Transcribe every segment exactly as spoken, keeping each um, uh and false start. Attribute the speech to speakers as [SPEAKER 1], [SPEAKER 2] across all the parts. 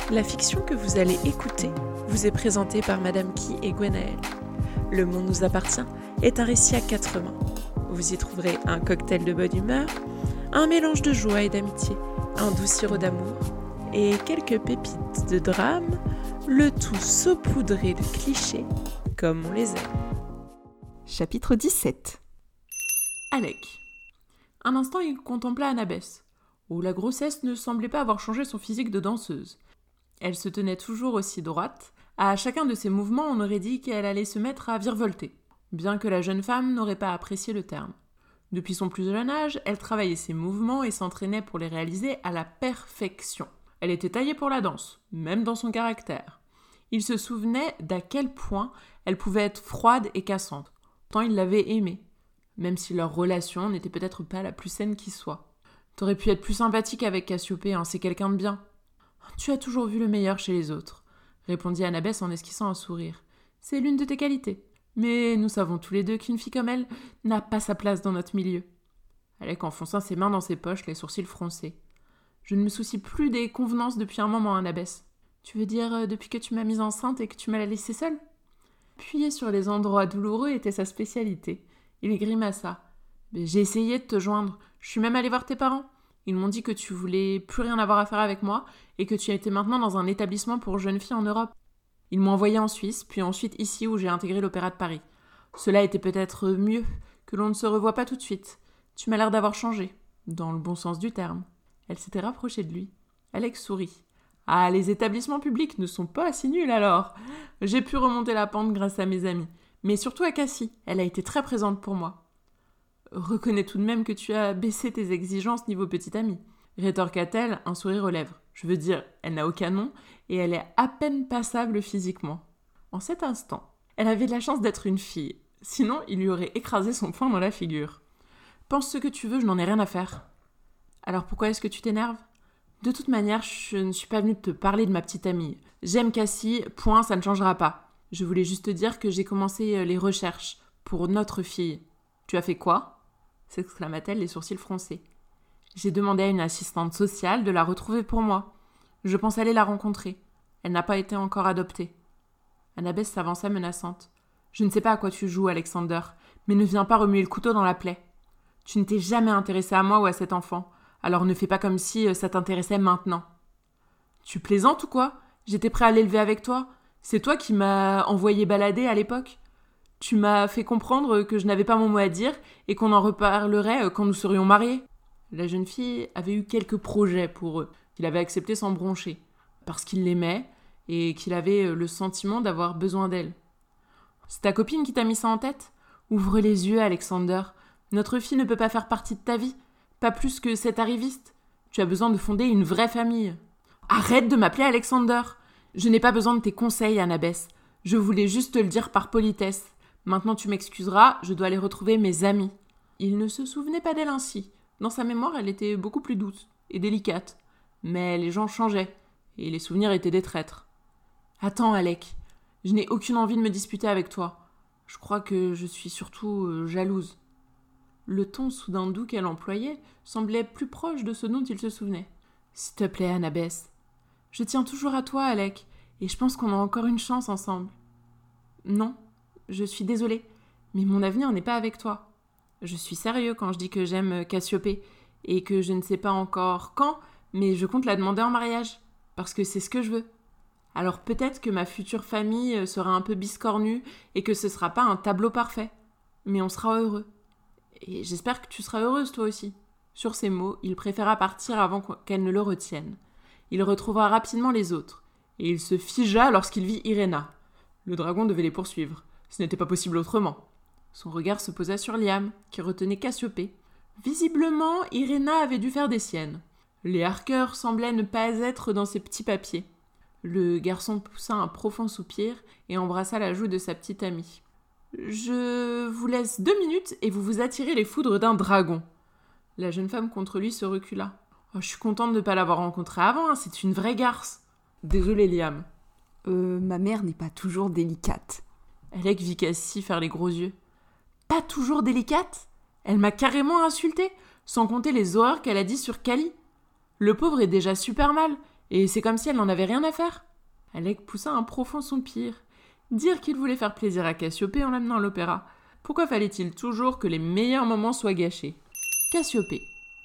[SPEAKER 1] La fiction que vous allez écouter vous est présentée par Madame Key et Gwenaël. Le monde nous appartient est un récit à quatre mains. Vous y trouverez un cocktail de bonne humeur, un mélange de joie et d'amitié, un doux sirop d'amour et quelques pépites de drame, le tout saupoudré de clichés comme on les aime.
[SPEAKER 2] Chapitre dix-sept.
[SPEAKER 3] Alec. Un instant, il contempla Annabeth, où la grossesse ne semblait pas avoir changé son physique de danseuse. Elle se tenait toujours aussi droite. À chacun de ses mouvements, on aurait dit qu'elle allait se mettre à virevolter, bien que la jeune femme n'aurait pas apprécié le terme. Depuis son plus jeune âge, elle travaillait ses mouvements et s'entraînait pour les réaliser à la perfection. Elle était taillée pour la danse, même dans son caractère. Il se souvenait d'à quel point elle pouvait être froide et cassante, tant il l'avait aimée, même si leur relation n'était peut-être pas la plus saine qui soit. T'aurais pu être plus sympathique avec Cassiopée, hein, c'est quelqu'un de bien. Tu as toujours vu le meilleur chez les autres, répondit Annabeth en esquissant un sourire. C'est l'une de tes qualités. Mais nous savons tous les deux qu'une fille comme elle n'a pas sa place dans notre milieu. Alec enfonça ses mains dans ses poches, les sourcils froncés. Je ne me soucie plus des convenances depuis un moment, Annabeth. Tu veux dire euh, depuis que tu m'as mise enceinte et que tu m'as laissée seule ? Appuyer sur les endroits douloureux était sa spécialité. Il grimaça. Mais j'ai essayé de te joindre. Je suis même allée voir tes parents. Ils m'ont dit que tu voulais plus rien avoir à faire avec moi et que tu étais maintenant dans un établissement pour jeunes filles en Europe. Ils m'ont envoyé en Suisse, puis ensuite ici où j'ai intégré l'Opéra de Paris. Cela était peut-être mieux que l'on ne se revoie pas tout de suite. Tu m'as l'air d'avoir changé, dans le bon sens du terme. Elle s'était rapprochée de lui. Alex sourit. Ah, les établissements publics ne sont pas si nuls alors. J'ai pu remonter la pente grâce à mes amis, mais surtout à Cassie. Elle a été très présente pour moi. Reconnais tout de même que tu as baissé tes exigences niveau petite amie, rétorqua-t-elle, un sourire aux lèvres. Je veux dire, elle n'a aucun nom et elle est à peine passable physiquement. En cet instant, elle avait de la chance d'être une fille, sinon il lui aurait écrasé son poing dans la figure. Pense ce que tu veux, je n'en ai rien à faire. Alors pourquoi est-ce que tu t'énerves ? De toute manière, je ne suis pas venue te parler de ma petite amie. J'aime Cassie, point, ça ne changera pas. Je voulais juste te dire que j'ai commencé les recherches pour notre fille. Tu as fait quoi ? S'exclama-t-elle, les sourcils froncés. J'ai demandé à une assistante sociale de la retrouver pour moi. Je pense aller la rencontrer. Elle n'a pas été encore adoptée. Annabeth s'avança menaçante. Je ne sais pas à quoi tu joues, Alexander, mais ne viens pas remuer le couteau dans la plaie. Tu ne t'es jamais intéressé à moi ou à cet enfant, alors ne fais pas comme si ça t'intéressait maintenant. Tu plaisantes ou quoi ? J'étais prêt à l'élever avec toi. C'est toi qui m'as envoyé balader à l'époque. Tu m'as fait comprendre que je n'avais pas mon mot à dire et qu'on en reparlerait quand nous serions mariés. La jeune fille avait eu quelques projets pour eux, qu'il avait acceptés sans broncher, parce qu'il l'aimait et qu'il avait le sentiment d'avoir besoin d'elle. C'est ta copine qui t'a mis ça en tête ? Ouvre les yeux, Alexander. Notre fille ne peut pas faire partie de ta vie, pas plus que cet arriviste. Tu as besoin de fonder une vraie famille. Arrête de m'appeler Alexander. Je n'ai pas besoin de tes conseils, Annabeth. Je voulais juste te le dire par politesse. Maintenant tu m'excuseras, je dois aller retrouver mes amis. Il ne se souvenait pas d'elle ainsi. Dans sa mémoire, elle était beaucoup plus douce et délicate. Mais les gens changeaient, et les souvenirs étaient des traîtres. Attends, Alec, je n'ai aucune envie de me disputer avec toi. Je crois que je suis surtout euh, jalouse. Le ton soudain doux qu'elle employait semblait plus proche de ce dont il se souvenait. S'il te plaît, Annabeth. Je tiens toujours à toi, Alec, et je pense qu'on a encore une chance ensemble. Non. Je suis désolée, mais mon avenir n'est pas avec toi. Je suis sérieux quand je dis que j'aime Cassiopée et que je ne sais pas encore quand, mais je compte la demander en mariage, parce que c'est ce que je veux. Alors peut-être que ma future famille sera un peu biscornue et que ce ne sera pas un tableau parfait, mais on sera heureux. Et j'espère que tu seras heureuse toi aussi. Sur ces mots, il préféra partir avant qu'elle ne le retienne. Il retrouva rapidement les autres, et il se figea lorsqu'il vit Iréna. Le dragon devait les poursuivre. Ce n'était pas possible autrement. Son regard se posa sur Liam, qui retenait Cassiopée. Visiblement, Iréna avait dû faire des siennes. Les Harker semblaient ne pas être dans ses petits papiers. Le garçon poussa un profond soupir et embrassa la joue de sa petite amie. « Je vous laisse deux minutes et vous vous attirez les foudres d'un dragon. » La jeune femme contre lui se recula. Oh, « Je suis contente de ne pas l'avoir rencontrée avant, hein, c'est une vraie garce. »« Désolé, Liam. »
[SPEAKER 2] Euh, ma mère n'est pas toujours délicate.
[SPEAKER 3] Alec vit Cassie faire les gros yeux. Pas toujours délicate ? Elle m'a carrément insultée, sans compter les horreurs qu'elle a dit sur Cali. Le pauvre est déjà super mal, Et c'est comme si elle n'en avait rien à faire. Alec poussa un profond soupir. Dire qu'il voulait faire plaisir à Cassiopée en l'amenant à l'opéra. Pourquoi fallait-il toujours que les meilleurs moments soient gâchés? Cassiopée.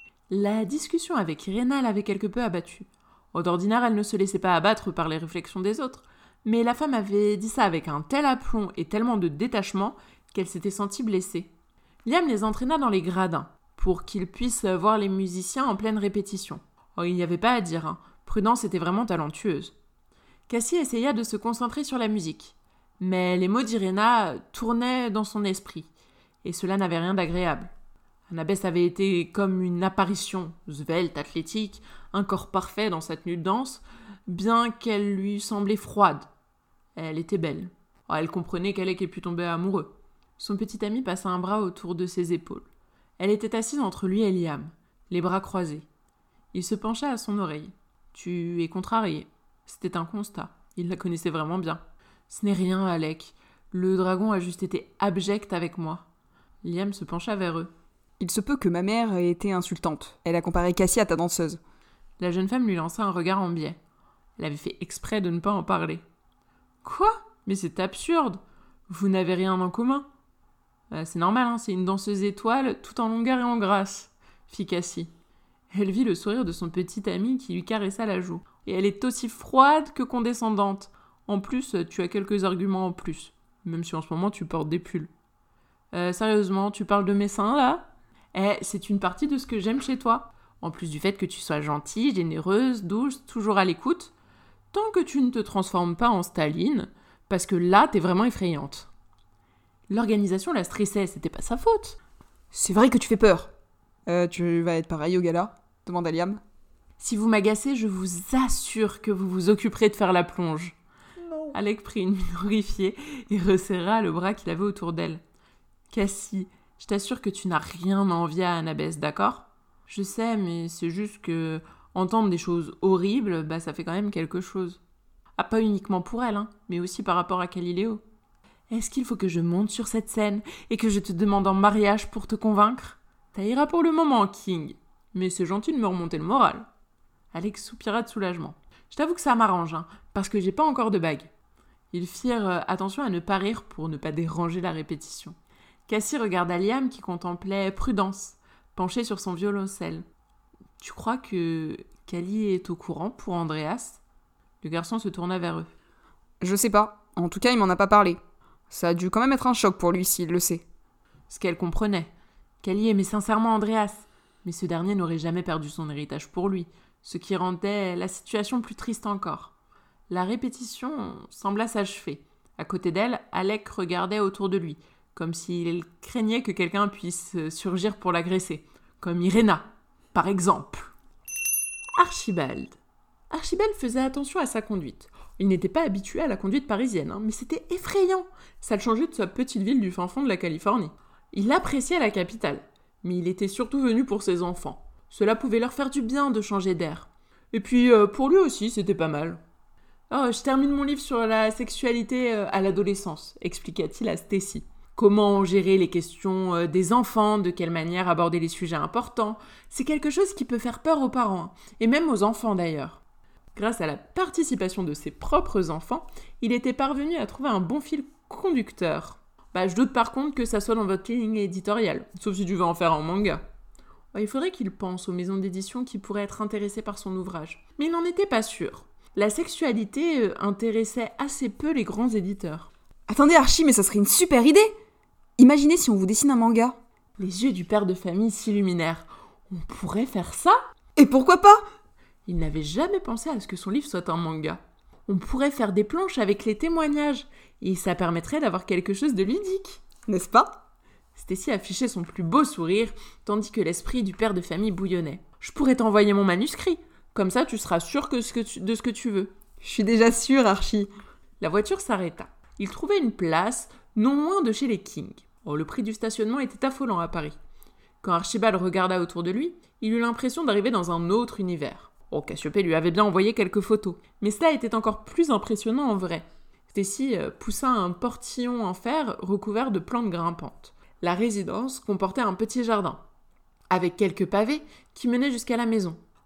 [SPEAKER 3] La discussion avec Iréna l'avait quelque peu abattue. D'ordinaire, elle ne se laissait pas abattre par les réflexions des autres, mais la femme avait dit ça avec un tel aplomb et tellement de détachement qu'elle s'était sentie blessée. Liam les entraîna dans les gradins, pour qu'ils puissent voir les musiciens en pleine répétition. Oh, il n'y avait pas à dire, hein. Prudence était vraiment talentueuse. Cassie essaya de se concentrer sur la musique, mais les mots d'Iréna tournaient dans son esprit, et cela n'avait rien d'agréable. Annabeth avait été comme une apparition, svelte, athlétique, un corps parfait dans sa tenue de danse, bien qu'elle lui semblait froide. Elle était belle. Oh, elle comprenait qu'Alec ait pu tomber amoureux. Son petit ami passa un bras autour de ses épaules. Elle était assise entre lui et Liam, les bras croisés. Il se pencha à son oreille. « Tu es contrarié. » C'était un constat. Il la connaissait vraiment bien. « Ce n'est rien, Alec. Le dragon a juste été abject avec moi. » Liam se pencha vers eux.
[SPEAKER 2] « Il se peut que ma mère ait été insultante. Elle a comparé Cassie à ta danseuse. »
[SPEAKER 3] La jeune femme lui lança un regard en biais. Elle avait fait exprès de ne pas en parler. « Quoi ? Mais c'est absurde. Vous n'avez rien en commun. Euh, »« C'est normal, hein, c'est une danseuse étoile, tout en longueur et en grâce, » fit Cassie. Elle vit le sourire de son petit ami qui lui caressa la joue. « Et elle est aussi froide que condescendante. En plus, tu as quelques arguments en plus, même si en ce moment tu portes des pulls. Euh, sérieusement, tu parles de mes seins, là ? Eh, c'est une partie de ce que j'aime chez toi. En plus du fait que tu sois gentille, généreuse, douce, toujours à l'écoute. Tant que tu ne te transformes pas en Staline, parce que là, t'es vraiment effrayante. » L'organisation la stressait, c'était pas sa faute.
[SPEAKER 2] « C'est vrai que tu fais peur. Euh, tu vas être pareil au gala ? Demanda Liam.
[SPEAKER 3] « Si vous m'agacez, je vous assure que vous vous occuperez de faire la plonge. » Non. Alec prit une mine horrifiée et resserra le bras qu'il avait autour d'elle. « Cassie, je t'assure que tu n'as rien à envier à Annabeth, d'accord ? Je sais, mais c'est juste que entendre des choses horribles, bah ça fait quand même quelque chose. Ah, pas uniquement pour elle, hein, mais aussi par rapport à Caliléo. Est-ce qu'il faut que je monte sur cette scène et que je te demande en mariage pour te convaincre ? Ça ira pour le moment, King, mais c'est gentil de me remonter le moral. » Alex soupira de soulagement. « Je t'avoue que ça m'arrange, hein, parce que j'ai pas encore de bague. » Ils firent euh, attention à ne pas rire pour ne pas déranger la répétition. Cassie regarda Liam qui contemplait Prudence, penché sur son violoncelle. « Tu crois que Cali est au courant pour Andreas ?» Le garçon se tourna vers eux.
[SPEAKER 2] « Je sais pas. En tout cas, il m'en a pas parlé. Ça a dû quand même être un choc pour lui s'il le sait. »
[SPEAKER 3] Ce qu'elle comprenait. Cali aimait sincèrement Andreas, mais ce dernier n'aurait jamais perdu son héritage pour lui, ce qui rendait la situation plus triste encore. La répétition sembla s'achever. À côté d'elle, Alec regardait autour de lui, comme s'il craignait que quelqu'un puisse surgir pour l'agresser, comme Iréna, par exemple. Archibald. Archibald faisait attention à sa conduite. Il n'était pas habitué à la conduite parisienne, hein, mais c'était effrayant. Ça le changeait de sa petite ville du fin fond de la Californie. Il appréciait la capitale, mais il était surtout venu pour ses enfants. Cela pouvait leur faire du bien de changer d'air. Et puis, euh, pour lui aussi, c'était pas mal. « Oh, je termine mon livre sur la sexualité euh, à l'adolescence », expliqua-t-il à Stacy. Comment gérer les questions euh, des enfants, de quelle manière aborder les sujets importants. C'est quelque chose qui peut faire peur aux parents, hein, et même aux enfants d'ailleurs. Grâce à la participation de ses propres enfants, il était parvenu à trouver un bon fil conducteur. Bah, je doute par contre que ça soit dans votre ligne éditoriale, sauf si tu veux en faire un manga. Bah, il faudrait qu'il pense aux maisons d'édition qui pourraient être intéressées par son ouvrage. Mais il n'en était pas sûr. La sexualité euh, intéressait assez peu les grands éditeurs.
[SPEAKER 2] Attendez Archie, mais ça serait une super idée! Imaginez si on vous dessine un manga.
[SPEAKER 3] Les yeux du père de famille s'illuminèrent. On pourrait faire ça?
[SPEAKER 2] Et pourquoi pas?
[SPEAKER 3] Il n'avait jamais pensé à ce que son livre soit un manga. On pourrait faire des planches avec les témoignages, et ça permettrait d'avoir quelque chose de ludique.
[SPEAKER 2] N'est-ce pas?
[SPEAKER 3] Stacy affichait son plus beau sourire, tandis que l'esprit du père de famille bouillonnait. « Je pourrais t'envoyer mon manuscrit, comme ça tu seras sûr que ce que tu, de ce que tu veux. »
[SPEAKER 2] Je suis déjà sûre, Archie.
[SPEAKER 3] La voiture s'arrêta. Il trouvait une place, non loin de chez les King. Oh, le prix du stationnement était affolant à Paris. Quand Archibald regarda autour de lui, il eut l'impression d'arriver dans un autre univers. Oh, Cassiopée lui avait bien envoyé quelques photos, mais cela était encore plus impressionnant en vrai. Stacy euh, poussa un portillon en fer recouvert de plantes grimpantes. La résidence comportait un petit jardin, avec quelques pavés qui menaient jusqu'à la maison.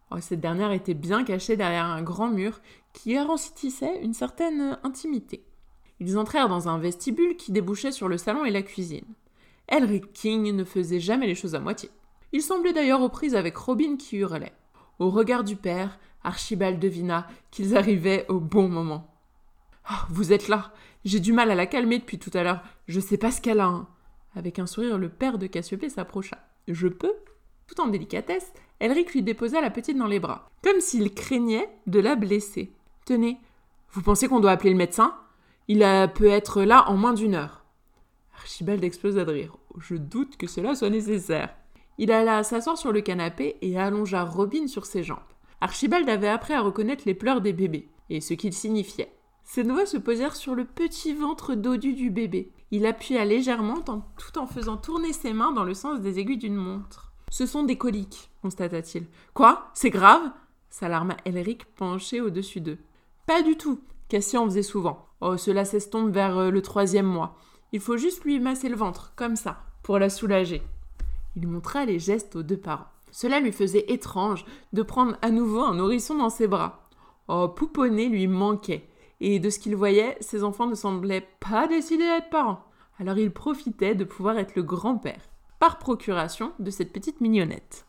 [SPEAKER 3] Oh, cette dernière était bien cachée derrière un grand mur qui garantissait une certaine intimité. Ils entrèrent dans un vestibule qui débouchait sur le salon et la cuisine. Elric King ne faisait jamais les choses à moitié. Il semblait d'ailleurs aux prises avec Robin qui hurlait. Au regard du père, Archibald devina qu'ils arrivaient au bon moment. Oh, « Vous êtes là. J'ai du mal à la calmer depuis tout à l'heure. Je sais pas ce qu'elle a. Hein. » Avec un sourire, le père de Cassiopée s'approcha. « Je peux ?» Tout en délicatesse, Elric lui déposa la petite dans les bras, comme s'il craignait de la blesser. « Tenez, vous pensez qu'on doit appeler le médecin ? Il a, peut être là en moins d'une heure. » Archibald explosa de rire. « Je doute que cela soit nécessaire. » Il alla s'asseoir sur le canapé et allongea Robin sur ses jambes. Archibald avait appris à reconnaître les pleurs des bébés, et ce qu'ils signifiaient. Ses doigts se posèrent sur le petit ventre dodu du bébé. Il appuya légèrement en, tout en faisant tourner ses mains dans le sens des aiguilles d'une montre. « Ce sont des coliques, constata-t-il. »« Quoi ? C'est grave ?» s'alarma Elric penché au-dessus d'eux. « Pas du tout. Cassie en faisait souvent. Oh, cela s'estompe vers le troisième mois. Il faut juste lui masser le ventre, comme ça, pour la soulager. » Il montra les gestes aux deux parents. Cela lui faisait étrange de prendre à nouveau un nourrisson dans ses bras. Oh, pouponner lui manquait. Et de ce qu'il voyait, ses enfants ne semblaient pas décidés à être parents. Alors il profitait de pouvoir être le grand-père, par procuration de cette petite mignonnette.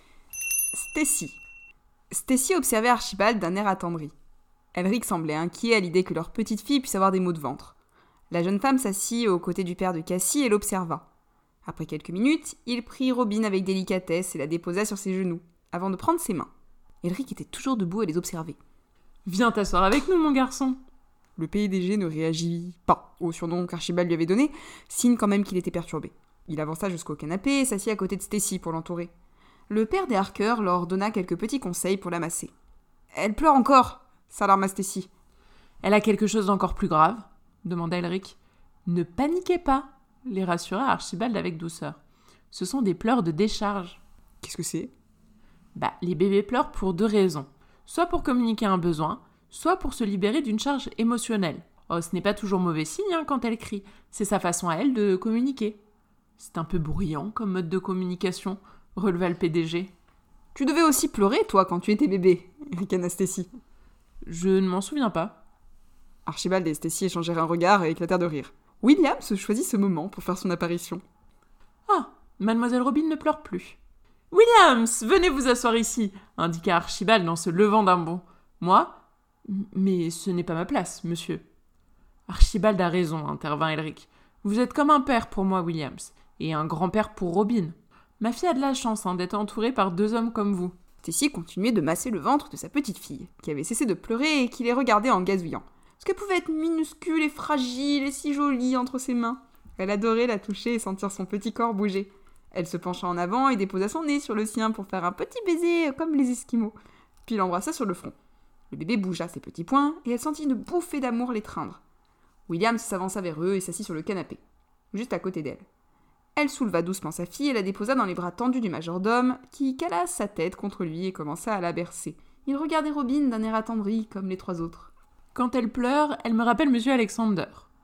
[SPEAKER 2] Stacy. Stacy observait Archibald d'un air attendri. Elric semblait inquiet à l'idée que leur petite fille puisse avoir des maux de ventre. La jeune femme s'assit aux côtés du père de Cassie et l'observa. Après quelques minutes, il prit Robin avec délicatesse et la déposa sur ses genoux, avant de prendre ses mains. Elric était toujours debout à les observer.
[SPEAKER 3] « Viens t'asseoir avec nous, mon garçon !»
[SPEAKER 2] Le P D G ne réagit pas au surnom qu'Archibald lui avait donné, signe quand même qu'il était perturbé. Il avança jusqu'au canapé et s'assit à côté de Stacy pour l'entourer. Le père des Harker leur donna quelques petits conseils pour la masser. « Elle pleure encore !» s'alarma Stacy.
[SPEAKER 3] « Elle a quelque chose d'encore plus grave ?» demanda Elric. « Ne paniquez pas !» les rassura Archibald avec douceur. « Ce sont des pleurs de décharge. »«
[SPEAKER 2] Qu'est-ce que c'est ?»
[SPEAKER 3] Bah, les bébés pleurent pour deux raisons. Soit pour communiquer un besoin, soit pour se libérer d'une charge émotionnelle. Oh, ce n'est pas toujours mauvais signe hein, quand elle crie. C'est sa façon à elle de communiquer. C'est un peu bruyant comme mode de communication, releva le P D G.
[SPEAKER 2] « Tu devais aussi pleurer, toi, quand tu étais bébé, » ricana Stacy.
[SPEAKER 3] « Je ne m'en souviens pas. »
[SPEAKER 2] Archibald et Stacy échangèrent un regard et éclatèrent de rire. William se choisit ce moment pour faire son apparition.
[SPEAKER 3] « Ah, mademoiselle Robin ne pleure plus. »« Williams, venez vous asseoir ici !» indiqua Archibald en se levant d'un bond. « Moi ? Mais ce n'est pas ma place, monsieur. » Archibald a raison, intervint Elric. « Vous êtes comme un père pour moi, Williams, et un grand-père pour Robin. Ma fille a de la chance hein, d'être entourée par deux hommes comme vous. »
[SPEAKER 2] Stacy continuait de masser le ventre de sa petite fille, qui avait cessé de pleurer et qui les regardait en gazouillant. Parce qu'elle pouvait être minuscule et fragile et si jolie entre ses mains. Elle adorait la toucher et sentir son petit corps bouger. Elle se pencha en avant et déposa son nez sur le sien pour faire un petit baiser comme les Esquimaux. Puis l'embrassa sur le front. Le bébé bougea ses petits poings et elle sentit une bouffée d'amour l'étreindre. William s'avança vers eux et s'assit sur le canapé, juste à côté d'elle. Elle souleva doucement sa fille et la déposa dans les bras tendus du majordome, qui cala sa tête contre lui et commença à la bercer. Il regardait Robin d'un air attendri, comme les trois autres.
[SPEAKER 3] « Quand elle pleure, elle me rappelle Monsieur Alexander.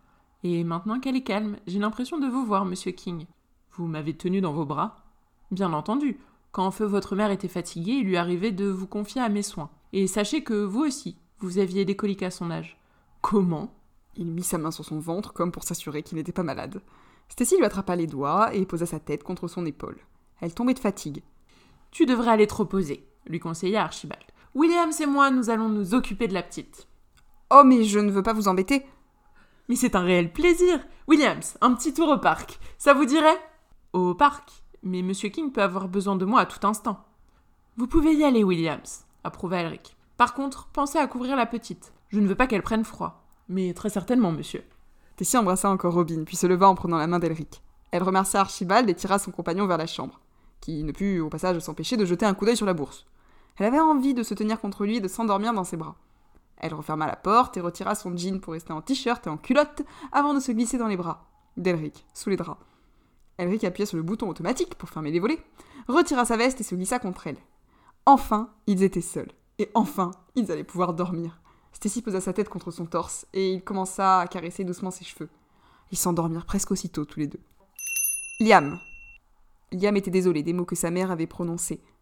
[SPEAKER 3] Et maintenant qu'elle est calme, j'ai l'impression de vous voir, Monsieur King. Vous m'avez tenu dans vos bras. Bien entendu, quand feu votre mère était fatiguée, il lui arrivait de vous confier à mes soins. Et sachez que vous aussi, vous aviez des coliques à son âge. Comment ?»
[SPEAKER 2] Il mit sa main sur son ventre, comme pour s'assurer qu'il n'était pas malade. Stacy lui attrapa les doigts et posa sa tête contre son épaule. Elle tombait de fatigue.
[SPEAKER 3] « Tu devrais aller te reposer, » lui conseilla Archibald. « Williams et moi, nous allons nous occuper de la petite. »«
[SPEAKER 2] Oh, mais je ne veux pas vous embêter. »«
[SPEAKER 3] Mais c'est un réel plaisir. Williams, un petit tour au parc. Ça vous dirait ?»« Au parc ? Mais Monsieur King peut avoir besoin de moi à tout instant. »« Vous pouvez y aller, Williams, » approuva Elric. « Par contre, pensez à couvrir la petite. Je ne veux pas qu'elle prenne froid. Mais très certainement, monsieur. »
[SPEAKER 2] Stacy embrassa encore Robin, puis se leva en prenant la main d'Elric. Elle remercia Archibald et tira son compagnon vers la chambre, qui ne put au passage s'empêcher de jeter un coup d'œil sur la bourse. Elle avait envie de se tenir contre lui et de s'endormir dans ses bras. Elle referma la porte et retira son jean pour rester en t-shirt et en culotte avant de se glisser dans les bras d'Elric, sous les draps. Elric appuyait sur le bouton automatique pour fermer les volets, retira sa veste et se glissa contre elle. Enfin, ils étaient seuls. Et enfin, ils allaient pouvoir dormir. Stacy posa sa tête contre son torse et il commença à caresser doucement ses cheveux. Ils s'endormirent presque aussitôt, tous les deux. Liam. Liam était désolé des mots que sa mère avait prononcés.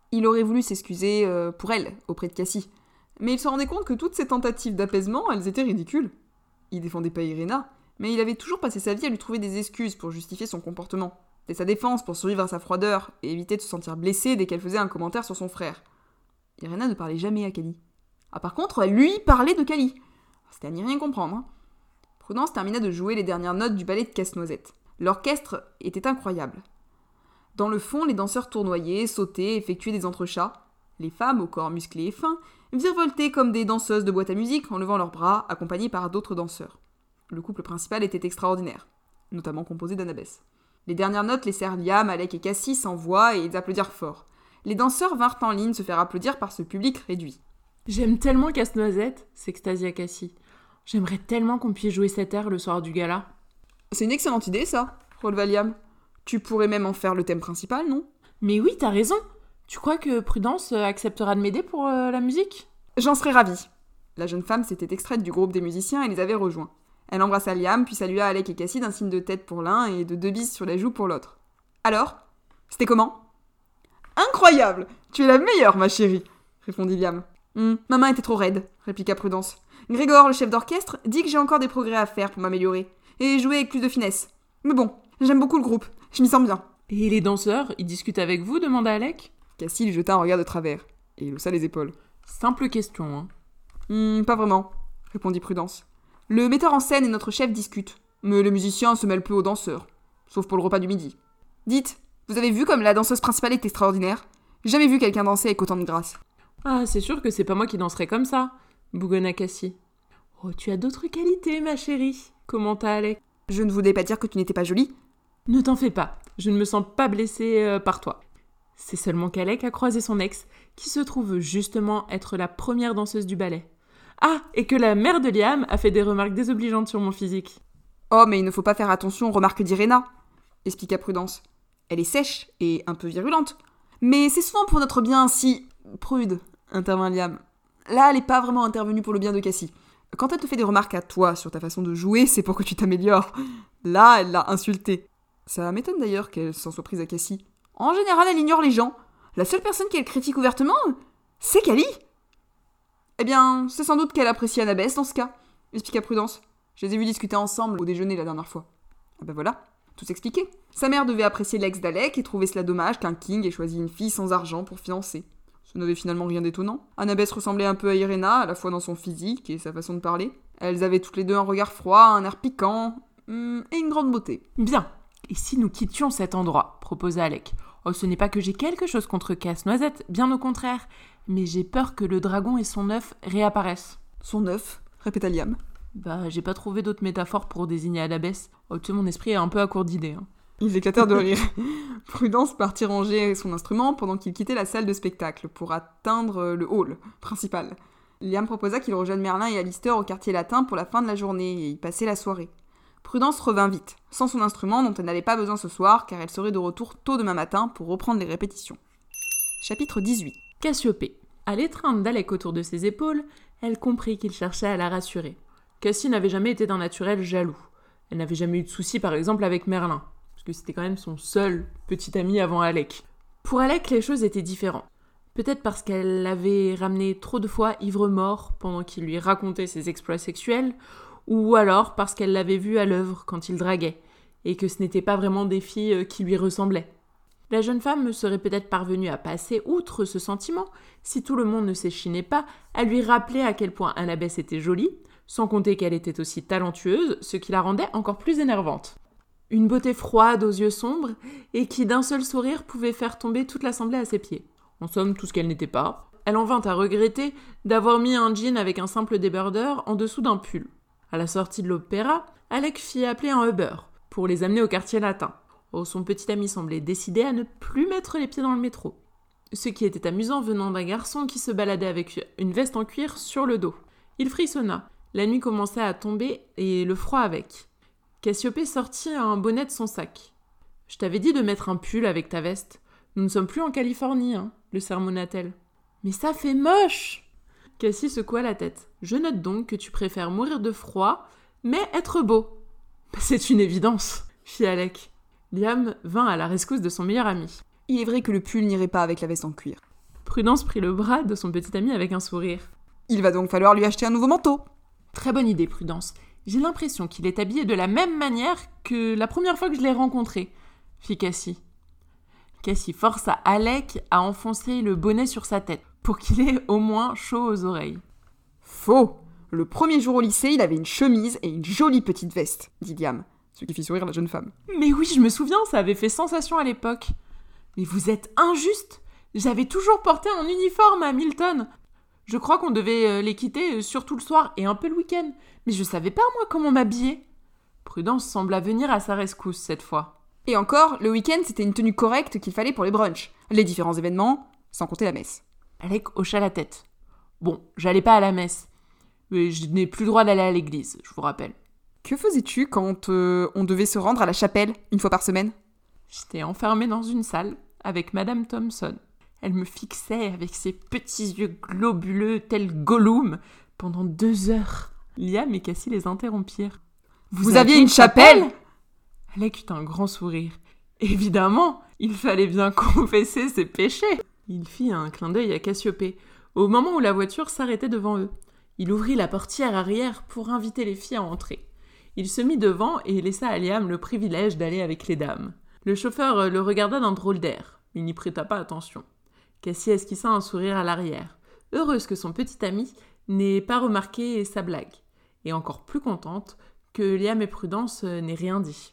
[SPEAKER 2] Il aurait voulu s'excuser euh, pour elle, auprès de Cassie. Mais il se rendait compte que toutes ces tentatives d'apaisement, elles étaient ridicules. Il défendait pas Irena, mais il avait toujours passé sa vie à lui trouver des excuses pour justifier son comportement. C'était sa défense pour survivre à sa froideur et éviter de se sentir blessée dès qu'elle faisait un commentaire sur son frère. Irena ne parlait jamais à Cali. Ah, par contre, elle lui parlait de Cali. C'était à n'y rien comprendre. Hein. Prudence termina de jouer les dernières notes du ballet de Casse-Noisette. L'orchestre était incroyable. Dans le fond, les danseurs tournoyaient, sautaient, effectuaient des entrechats. Les femmes, au corps musclé et fin, virevoltaient comme des danseuses de boîte à musique en levant leurs bras, accompagnées par d'autres danseurs. Le couple principal était extraordinaire, notamment composé d'Annabeth. Les dernières notes laissèrent Liam, Alec et Cassie sans voix et ils applaudirent fort. Les danseurs vinrent en ligne se faire applaudir par ce public réduit.
[SPEAKER 3] « J'aime tellement Casse-Noisette », s'extasia Cassie. « J'aimerais tellement qu'on puisse jouer cet air le soir du gala. »
[SPEAKER 2] C'est une excellente idée, ça, releva Liam. Tu pourrais même en faire le thème principal, non ?
[SPEAKER 3] Mais oui, t'as raison. Tu crois que Prudence acceptera de m'aider pour euh, la musique ?
[SPEAKER 2] J'en serais ravie. La jeune femme s'était extraite du groupe des musiciens et les avait rejoints. Elle embrassa Liam, puis salua Alec et Cassie d'un signe de tête pour l'un et de deux bises sur la joue pour l'autre. Alors ? C'était comment ? Incroyable ! Tu es la meilleure, ma chérie, répondit Liam. Hum, ma main était trop raide, répliqua Prudence. Grégor, le chef d'orchestre, dit que j'ai encore des progrès à faire pour m'améliorer et jouer avec plus de finesse. Mais bon, j'aime beaucoup le groupe, je m'y sens bien.
[SPEAKER 3] Et les danseurs, ils discutent avec vous ? Demanda Alec.
[SPEAKER 2] Cassie lui jeta un regard de travers et il haussa les épaules.
[SPEAKER 3] Simple question, hein.
[SPEAKER 2] Hum, pas vraiment, répondit Prudence. Le metteur en scène et notre chef discutent, mais les musiciens se mêlent peu aux danseurs, sauf pour le repas du midi. Dites, vous avez vu comme la danseuse principale est extraordinaire ? J'ai jamais vu quelqu'un danser avec autant de grâce.
[SPEAKER 3] Ah, c'est sûr que c'est pas moi qui danserais comme ça, bougonna Cassie. Oh, tu as d'autres qualités, ma chérie, commenta Alec.
[SPEAKER 2] Je ne voulais pas dire que tu n'étais pas jolie.
[SPEAKER 3] Ne t'en fais pas, je ne me sens pas blessée euh, par toi. C'est seulement qu'Alec a croisé son ex, qui se trouve justement être la première danseuse du ballet. Ah, et que la mère de Liam a fait des remarques désobligeantes sur mon physique.
[SPEAKER 2] Oh, mais il ne faut pas faire attention aux remarques d'Irena, expliqua Prudence. Elle est sèche et un peu virulente. Mais c'est souvent pour notre bien si... Prude, intervint Liam. Là, elle n'est pas vraiment intervenue pour le bien de Cassie. Quand elle te fait des remarques à toi sur ta façon de jouer, c'est pour que tu t'améliores. Là, elle l'a insultée. Ça m'étonne d'ailleurs qu'elle s'en soit prise à Cassie. En général, elle ignore les gens. La seule personne qu'elle critique ouvertement, c'est Cali. Eh bien, c'est sans doute qu'elle apprécie Annabeth dans ce cas, expliqua Prudence. Je les ai vus discuter ensemble au déjeuner la dernière fois. Ah ben voilà, tout s'expliquait. Sa mère devait apprécier l'ex d'Alec et trouver cela dommage qu'un king ait choisi une fille sans argent pour fiancer. Ce n'avait finalement rien d'étonnant. Annabeth ressemblait un peu à Irena, à la fois dans son physique et sa façon de parler. Elles avaient toutes les deux un regard froid, un air piquant, hum, et une grande beauté.
[SPEAKER 3] Bien, et si nous quittions cet endroit, proposa Alec. Oh, ce n'est pas que j'ai quelque chose contre Casse-Noisette, bien au contraire, mais j'ai peur que le dragon et son œuf réapparaissent.
[SPEAKER 2] Son œuf ? Répéta Liam.
[SPEAKER 3] Bah, j'ai pas trouvé d'autres métaphores pour désigner Annabeth. Oh, tu sais, mon esprit est un peu à court d'idées. Hein.
[SPEAKER 2] Ils éclatèrent de rire. Prudence partit ranger son instrument pendant qu'il quittait la salle de spectacle pour atteindre le hall principal. Liam proposa qu'il rejoigne Merlin et Alistair au quartier latin pour la fin de la journée et y passer la soirée. Prudence revint vite, sans son instrument dont elle n'avait pas besoin ce soir car elle serait de retour tôt demain matin pour reprendre les répétitions. Chapitre dix-huit.
[SPEAKER 3] Cassiopée. À l'étreinte d'Alec autour de ses épaules, elle comprit qu'il cherchait à la rassurer. Cassie n'avait jamais été d'un naturel jaloux. Elle n'avait jamais eu de soucis par exemple avec Merlin, parce que c'était quand même son seul petit ami avant Alec. Pour Alec, les choses étaient différentes. Peut-être parce qu'elle l'avait ramené trop de fois ivre-mort pendant qu'il lui racontait ses exploits sexuels, ou alors parce qu'elle l'avait vu à l'œuvre quand il draguait, et que ce n'étaient pas vraiment des filles qui lui ressemblaient. La jeune femme serait peut-être parvenue à passer outre ce sentiment si tout le monde ne s'échinait pas à lui rappeler à quel point Annabeth était jolie, sans compter qu'elle était aussi talentueuse, ce qui la rendait encore plus énervante. Une beauté froide aux yeux sombres, et qui d'un seul sourire pouvait faire tomber toute l'assemblée à ses pieds. En somme, tout ce qu'elle n'était pas. Elle en vint à regretter d'avoir mis un jean avec un simple débardeur en dessous d'un pull. À la sortie de l'opéra, Alec fit appeler un Uber pour les amener au quartier latin. Oh, son petit ami semblait décidé à ne plus mettre les pieds dans le métro. Ce qui était amusant venant d'un garçon qui se baladait avec une veste en cuir sur le dos. Il frissonna. La nuit commençait à tomber et le froid avec. Cassiopée sortit un bonnet de son sac. « Je t'avais dit de mettre un pull avec ta veste. Nous ne sommes plus en Californie, hein, le sermonna-t-elle. Mais ça fait moche !» Cassie secoua la tête. « Je note donc que tu préfères mourir de froid, mais être beau. »« C'est une évidence, » fit Alec. Liam vint à la rescousse de son meilleur ami.
[SPEAKER 2] Il est vrai que le pull n'irait pas avec la veste en cuir.
[SPEAKER 3] Prudence prit le bras de son petit ami avec un sourire.
[SPEAKER 2] Il va donc falloir lui acheter un nouveau manteau.
[SPEAKER 3] Très bonne idée, Prudence. J'ai l'impression qu'il est habillé de la même manière que la première fois que je l'ai rencontré, fit Cassie. Cassie força Alec à enfoncer le bonnet sur sa tête, pour qu'il ait au moins chaud aux oreilles.
[SPEAKER 2] Faux. Le premier jour au lycée, il avait une chemise et une jolie petite veste, dit Liam, ce qui fit sourire la jeune femme.
[SPEAKER 3] Mais oui, je me souviens, ça avait fait sensation à l'époque. Mais vous êtes injuste. J'avais toujours porté un uniforme à Milton. Je crois qu'on devait les quitter surtout le soir et un peu le week-end. Mais je savais pas, moi, comment m'habiller. Prudence sembla venir à sa rescousse cette fois.
[SPEAKER 2] Et encore, le week-end, c'était une tenue correcte qu'il fallait pour les brunchs, les différents événements, sans compter la messe.
[SPEAKER 3] Alec hocha la tête. Bon, j'allais pas à la messe. Mais je n'ai plus le droit d'aller à l'église, je vous rappelle.
[SPEAKER 2] Que faisais-tu quand euh, on devait se rendre à la chapelle, une fois par semaine ?
[SPEAKER 3] J'étais enfermée dans une salle avec Madame Thompson. Elle me fixait avec ses petits yeux globuleux tels Gollum pendant deux heures. Liam et Cassie les interrompirent.
[SPEAKER 2] Vous, Vous aviez une chapelle ?
[SPEAKER 3] Alec eut un grand sourire. Évidemment, il fallait bien confesser ses péchés. Il fit un clin d'œil à Cassiopée, au moment où la voiture s'arrêtait devant eux. Il ouvrit la portière arrière pour inviter les filles à entrer. Il se mit devant et laissa à Liam le privilège d'aller avec les dames. Le chauffeur le regarda d'un drôle d'air. Il n'y prêta pas attention. Cassie esquissa un sourire à l'arrière, heureuse que son petit ami n'ait pas remarqué sa blague, et encore plus contente que Liam et Prudence n'aient rien dit.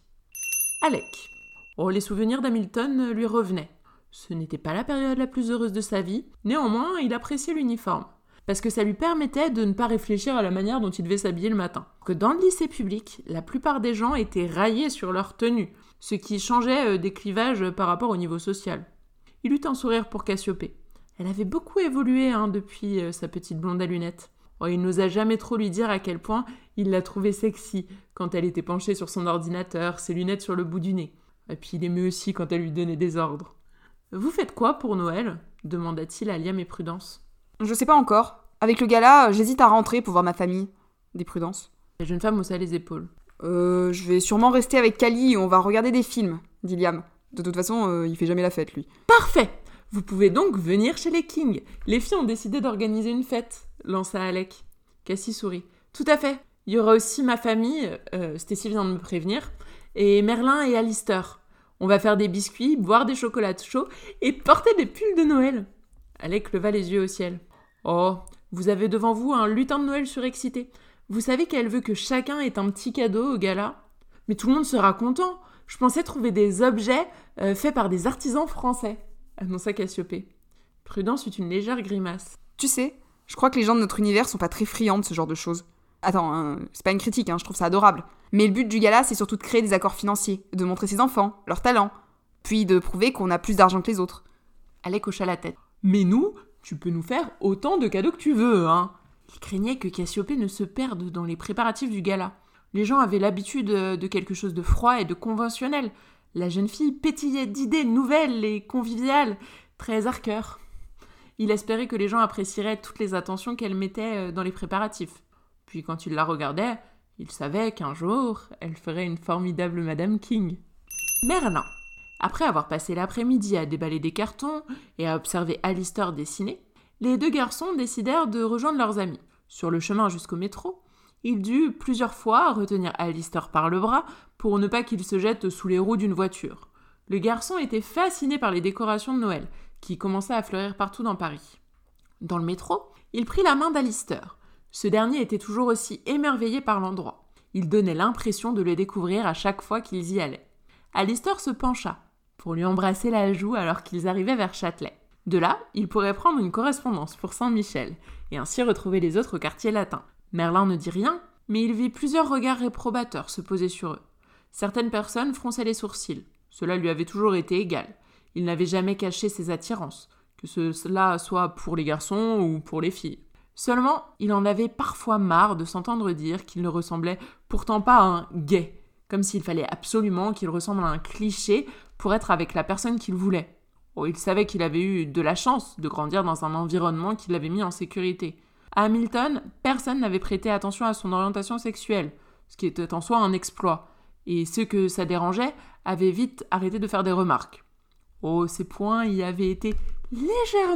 [SPEAKER 3] Alec. Oh, les souvenirs d'Hamilton lui revenaient. Ce n'était pas la période la plus heureuse de sa vie, néanmoins il appréciait l'uniforme, parce que ça lui permettait de ne pas réfléchir à la manière dont il devait s'habiller le matin. Que dans le lycée public, la plupart des gens étaient raillés sur leur tenue, ce qui changeait des clivages par rapport au niveau social. Il eut un sourire pour Cassiopée. Elle avait beaucoup évolué hein, depuis euh, sa petite blonde à lunettes. Oh, il n'osa jamais trop lui dire à quel point il la trouvait sexy quand elle était penchée sur son ordinateur, ses lunettes sur le bout du nez. Et puis il aimait aussi quand elle lui donnait des ordres. « Vous faites quoi pour Noël ?» demanda-t-il à Liam et Prudence.
[SPEAKER 2] « Je sais pas encore. Avec le gala, j'hésite à rentrer pour voir ma famille. » dit Prudence.
[SPEAKER 3] La jeune femme haussa les épaules.
[SPEAKER 2] Euh, je vais sûrement rester avec Cali et on va regarder des films, dit Liam. De toute façon, euh, il fait jamais la fête, lui.
[SPEAKER 3] Parfait! Vous pouvez donc venir chez les Kings. Les filles ont décidé d'organiser une fête, lança Alec. Cassie sourit. Tout à fait. Il y aura aussi ma famille, euh, Stacy vient de me prévenir, et Merlin et Alistair. On va faire des biscuits, boire des chocolats chauds et porter des pulls de Noël. Alec leva les yeux au ciel. Oh, vous avez devant vous un lutin de Noël surexcité. Vous savez qu'elle veut que chacun ait un petit cadeau au gala? Mais tout le monde sera content. Je pensais trouver des objets euh, faits par des artisans français, annonça Cassiopée. Prudence eut une légère grimace.
[SPEAKER 2] Tu sais, je crois que les gens de notre univers sont pas très friands de ce genre de choses. Attends, hein, c'est pas une critique, hein, je trouve ça adorable. Mais le but du gala, c'est surtout de créer des accords financiers, de montrer ses enfants, leurs talents, puis de prouver qu'on a plus d'argent que les autres.
[SPEAKER 3] Alec hocha la tête. Mais nous, tu peux nous faire autant de cadeaux que tu veux, hein. Il craignait que Cassiopée ne se perde dans les préparatifs du gala. Les gens avaient l'habitude de quelque chose de froid et de conventionnel. La jeune fille pétillait d'idées nouvelles et conviviales, très hard-cœur. Il espérait que les gens apprécieraient toutes les attentions qu'elle mettait dans les préparatifs. Puis quand il la regardait, il savait qu'un jour, elle ferait une formidable Madame King. Merlin. Après avoir passé l'après-midi à déballer des cartons et à observer Alistair dessiner, les deux garçons décidèrent de rejoindre leurs amis. Sur le chemin jusqu'au métro, il dut plusieurs fois retenir Alistair par le bras pour ne pas qu'il se jette sous les roues d'une voiture. Le garçon était fasciné par les décorations de Noël, qui commençaient à fleurir partout dans Paris. Dans le métro, il prit la main d'Alistair. Ce dernier était toujours aussi émerveillé par l'endroit. Il donnait l'impression de le découvrir à chaque fois qu'ils y allaient. Alistair se pencha pour lui embrasser la joue alors qu'ils arrivaient vers Châtelet. De là, il pourrait prendre une correspondance pour Saint-Michel et ainsi retrouver les autres au quartier latin. Merlin ne dit rien, mais il vit plusieurs regards réprobateurs se poser sur eux. Certaines personnes fronçaient les sourcils. Cela lui avait toujours été égal. Il n'avait jamais caché ses attirances, que cela soit pour les garçons ou pour les filles. Seulement, il en avait parfois marre de s'entendre dire qu'il ne ressemblait pourtant pas à un gay, comme s'il fallait absolument qu'il ressemble à un cliché pour être avec la personne qu'il voulait. Oh, il savait qu'il avait eu de la chance de grandir dans un environnement qui l'avait mis en sécurité. À Hamilton, personne n'avait prêté attention à son orientation sexuelle, ce qui était en soi un exploit, et ceux que ça dérangeait avaient vite arrêté de faire des remarques. Oh, ses poings y avaient été légèrement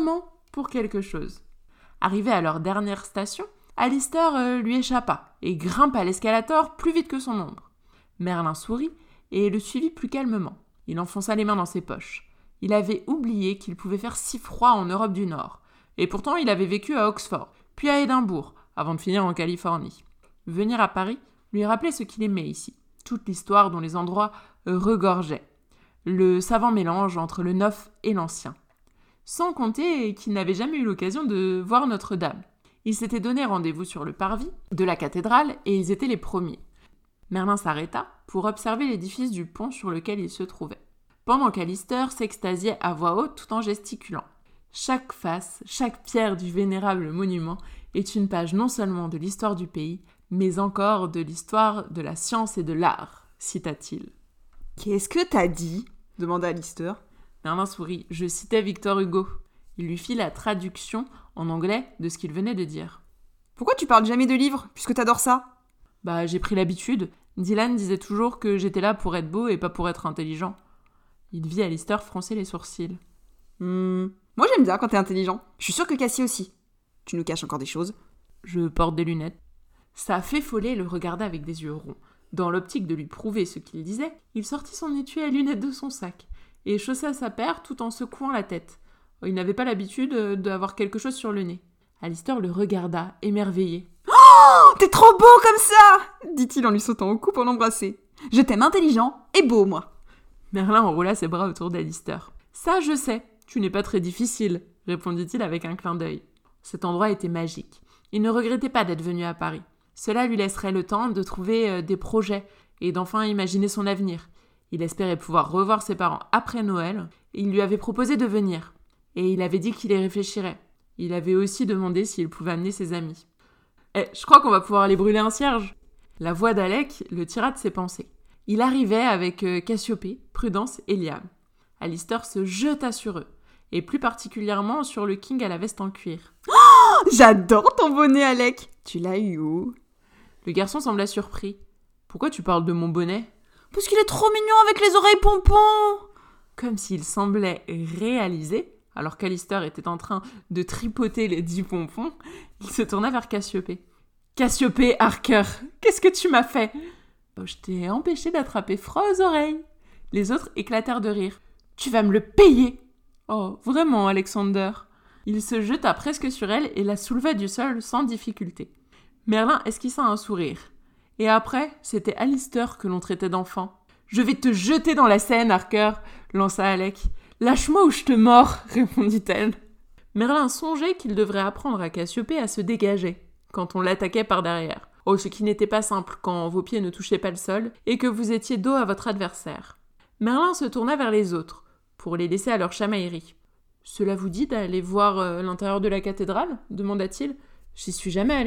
[SPEAKER 3] pour quelque chose. Arrivé à leur dernière station, Alistair euh, lui échappa et grimpa à l'escalator plus vite que son ombre. Merlin sourit et le suivit plus calmement. Il enfonça les mains dans ses poches. Il avait oublié qu'il pouvait faire si froid en Europe du Nord. Et pourtant, il avait vécu à Oxford, puis à Édimbourg, avant de finir en Californie. Venir à Paris lui rappelait ce qu'il aimait ici, toute l'histoire dont les endroits regorgeaient. Le savant mélange entre le neuf et l'ancien. Sans compter qu'il n'avait jamais eu l'occasion de voir Notre-Dame. Ils s'étaient donné rendez-vous sur le parvis de la cathédrale et ils étaient les premiers. Merlin s'arrêta pour observer l'édifice du pont sur lequel il se trouvait, pendant qu'Alistair s'extasiait à voix haute tout en gesticulant. Chaque face, chaque pierre du vénérable monument est une page non seulement de l'histoire du pays, mais encore de l'histoire de la science et de l'art, cita-t-il.
[SPEAKER 2] « Qu'est-ce que t'as dit ?» demanda Alistair.
[SPEAKER 3] Merlin sourit. Je citais Victor Hugo. Il lui fit la traduction en anglais de ce qu'il venait de dire.
[SPEAKER 2] « Pourquoi tu parles jamais de livres, puisque t'adores ça ?»«
[SPEAKER 3] Bah, j'ai pris l'habitude. Dylan disait toujours que j'étais là pour être beau et pas pour être intelligent. » Il vit Alistair froncer les sourcils.
[SPEAKER 2] Hmm, « Moi j'aime bien quand t'es intelligent. Je suis sûre que Cassie aussi. Tu nous caches encore des choses. »
[SPEAKER 3] Je porte des lunettes. Sa fée follet le regarda avec des yeux ronds. Dans l'optique de lui prouver ce qu'il disait, il sortit son étui à lunettes de son sac et chaussa sa paire tout en secouant la tête. Il n'avait pas l'habitude d'avoir quelque chose sur le nez. Alistair le regarda, émerveillé.
[SPEAKER 2] « Oh, t'es trop beau comme ça !» dit-il en lui sautant au cou pour l'embrasser. « Je t'aime intelligent et beau, moi !»
[SPEAKER 3] Merlin enroula ses bras autour d'Alistair. « Ça, je sais, tu n'es pas très difficile, » répondit-il avec un clin d'œil. Cet endroit était magique. Il ne regrettait pas d'être venu à Paris. Cela lui laisserait le temps de trouver euh, des projets et d'enfin imaginer son avenir. Il espérait pouvoir revoir ses parents après Noël. Et il lui avait proposé de venir. Et il avait dit qu'il y réfléchirait. Il avait aussi demandé s'il pouvait amener ses amis. « Eh, je crois qu'on va pouvoir aller brûler un cierge !» La voix d'Alec le tira de ses pensées. Il arrivait avec euh, Cassiopée, Prudence et Liam. Alistair se jeta sur eux, et plus particulièrement sur le king à la veste en cuir.
[SPEAKER 2] Oh, j'adore ton bonnet, Alec. Tu l'as eu où ?
[SPEAKER 3] Le garçon sembla surpris. « Pourquoi tu parles de mon bonnet ?»«
[SPEAKER 2] Parce qu'il est trop mignon avec les oreilles pompons !»
[SPEAKER 3] Comme s'il semblait réaliser, alors qu'Alistair était en train de tripoter les dix pompons, il se tourna vers Cassiopée. « Cassiopée, Harker, qu'est-ce que tu m'as fait ?»« Oh, je t'ai empêché d'attraper froid aux oreilles. » Les autres éclatèrent de rire. « Tu vas me le payer !»« Oh, vraiment, Alexander ?» Il se jeta presque sur elle et la souleva du sol sans difficulté. Merlin esquissa un sourire. Et après, c'était Alistair que l'on traitait d'enfant. « Je vais te jeter dans la Seine, Harker !» lança Alec. « Lâche-moi ou je te mords !» répondit-elle. Merlin songeait qu'il devrait apprendre à Cassiopée à se dégager quand on l'attaquait par derrière. Oh, ce qui n'était pas simple quand vos pieds ne touchaient pas le sol et que vous étiez dos à votre adversaire. Merlin se tourna vers les autres pour les laisser à leur chamaillerie. « Cela vous dit d'aller voir euh, l'intérieur de la cathédrale ?» demanda-t-il. « J'y suis jamais allé. »